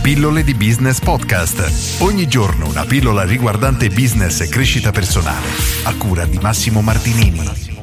Pillole di Business Podcast. Ogni giorno una pillola riguardante business e crescita personale. A cura di Massimo Martinini.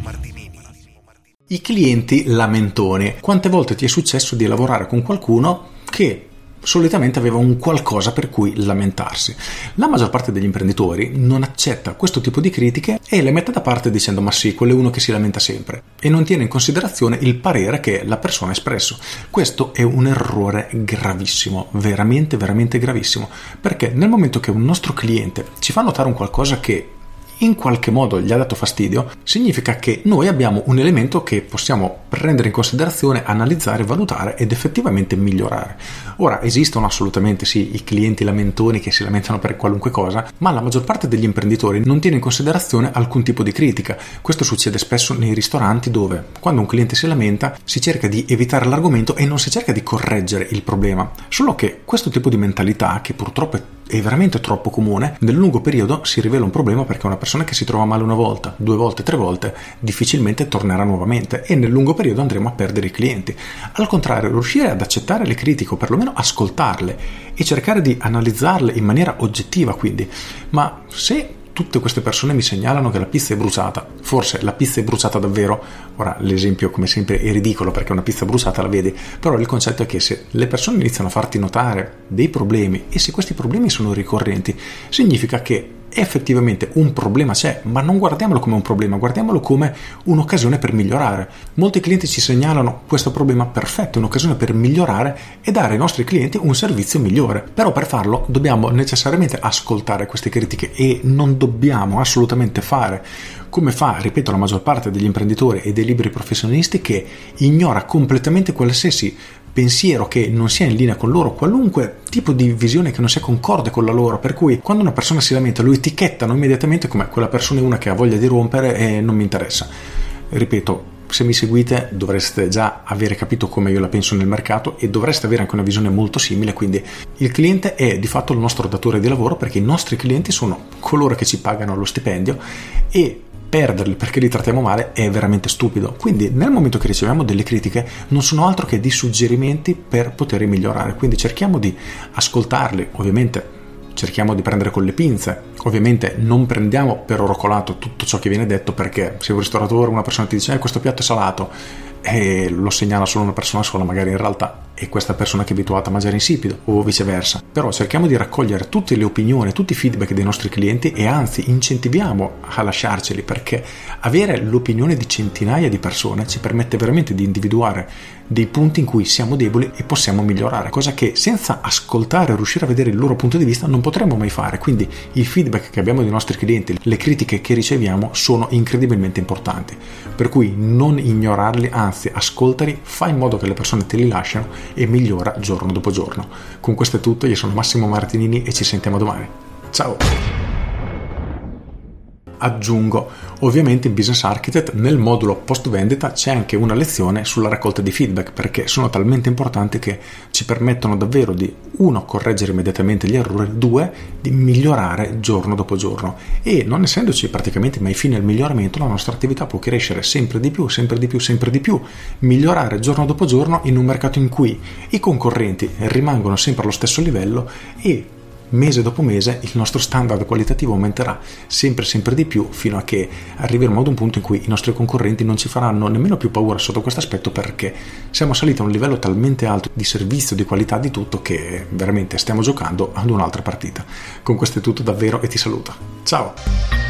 I clienti lamentoni. Quante volte ti è successo di lavorare con qualcuno che solitamente aveva un qualcosa per cui lamentarsi? La maggior parte degli imprenditori non accetta questo tipo di critiche e le mette da parte dicendo ma sì, quello è uno che si lamenta sempre, e non tiene in considerazione il parere che la persona ha espresso. Questo è un errore gravissimo, veramente gravissimo, perché nel momento che un nostro cliente ci fa notare un qualcosa che in qualche modo gli ha dato fastidio, significa che noi abbiamo un elemento che possiamo prendere in considerazione, analizzare, valutare ed effettivamente migliorare. Ora, esistono assolutamente sì i clienti lamentoni che si lamentano per qualunque cosa, ma la maggior parte degli imprenditori non tiene in considerazione alcun tipo di critica. Questo succede spesso nei ristoranti, dove quando un cliente si lamenta si cerca di evitare l'argomento e non si cerca di correggere il problema. Solo che questo tipo di mentalità, che purtroppo è veramente troppo comune, nel lungo periodo si rivela un problema, perché una persona che si trova male una volta, 2 volte, 3 volte difficilmente tornerà nuovamente e nel lungo periodo andremo a perdere i clienti. Al contrario, riuscire ad accettare le critiche o perlomeno ascoltarle e cercare di analizzarle in maniera oggettiva, quindi, ma se tutte queste persone mi segnalano che la pizza è bruciata, forse la pizza è bruciata davvero. Ora l'esempio come sempre è ridicolo, perché una pizza bruciata la vedi, però il concetto è che se le persone iniziano a farti notare dei problemi e se questi problemi sono ricorrenti, significa che effettivamente un problema c'è, ma non guardiamolo come un problema, guardiamolo come un'occasione per migliorare. Molti clienti ci segnalano questo problema, perfetto, un'occasione per migliorare e dare ai nostri clienti un servizio migliore. Però per farlo dobbiamo necessariamente ascoltare queste critiche e non dobbiamo assolutamente fare come fa, ripeto, la maggior parte degli imprenditori e dei liberi professionisti, che ignora completamente qualsiasi pensiero che non sia in linea con loro, qualunque tipo di visione che non sia concorde con la loro, per cui quando una persona si lamenta lo etichettano immediatamente come quella persona è una che ha voglia di rompere e non mi interessa. Ripeto, se mi seguite dovreste già avere capito come io la penso nel mercato e dovreste avere anche una visione molto simile. Quindi il cliente è di fatto il nostro datore di lavoro, perché i nostri clienti sono coloro che ci pagano lo stipendio e perderli perché li trattiamo male è veramente stupido. Quindi nel momento che riceviamo delle critiche non sono altro che dei suggerimenti per poter migliorare, quindi cerchiamo di ascoltarli, ovviamente cerchiamo di prendere con le pinze, ovviamente non prendiamo per oro colato tutto ciò che viene detto, perché se un ristoratore, una persona ti dice questo piatto è salato e lo segnala solo una persona sola, magari in realtà è questa persona che è abituata a mangiare insipido o viceversa. Però cerchiamo di raccogliere tutte le opinioni, tutti i feedback dei nostri clienti e anzi incentiviamo a lasciarceli, perché avere l'opinione di centinaia di persone ci permette veramente di individuare dei punti in cui siamo deboli e possiamo migliorare, cosa che senza ascoltare e riuscire a vedere il loro punto di vista non potremmo mai fare. Quindi il feedback che abbiamo dai nostri clienti, le critiche che riceviamo sono incredibilmente importanti, per cui non ignorarli, anzi ascoltali, fai in modo che le persone te li lasciano e migliora giorno dopo giorno. Con questo è tutto, io sono Massimo Martinini e ci sentiamo domani. Ciao! Aggiungo, ovviamente in Business Architect nel modulo post vendita c'è anche una lezione sulla raccolta di feedback, perché sono talmente importanti che ci permettono davvero di 1. correggere immediatamente gli errori, 2. di migliorare giorno dopo giorno, e non essendoci praticamente mai fine al miglioramento, la nostra attività può crescere sempre di più, migliorare giorno dopo giorno in un mercato in cui i concorrenti rimangono sempre allo stesso livello e mese dopo mese il nostro standard qualitativo aumenterà sempre di più, fino a che arriveremo ad un punto in cui i nostri concorrenti non ci faranno nemmeno più paura sotto questo aspetto, perché siamo saliti a un livello talmente alto di servizio, di qualità, di tutto, che veramente stiamo giocando ad un'altra partita. Con questo è tutto davvero e ti saluto. Ciao!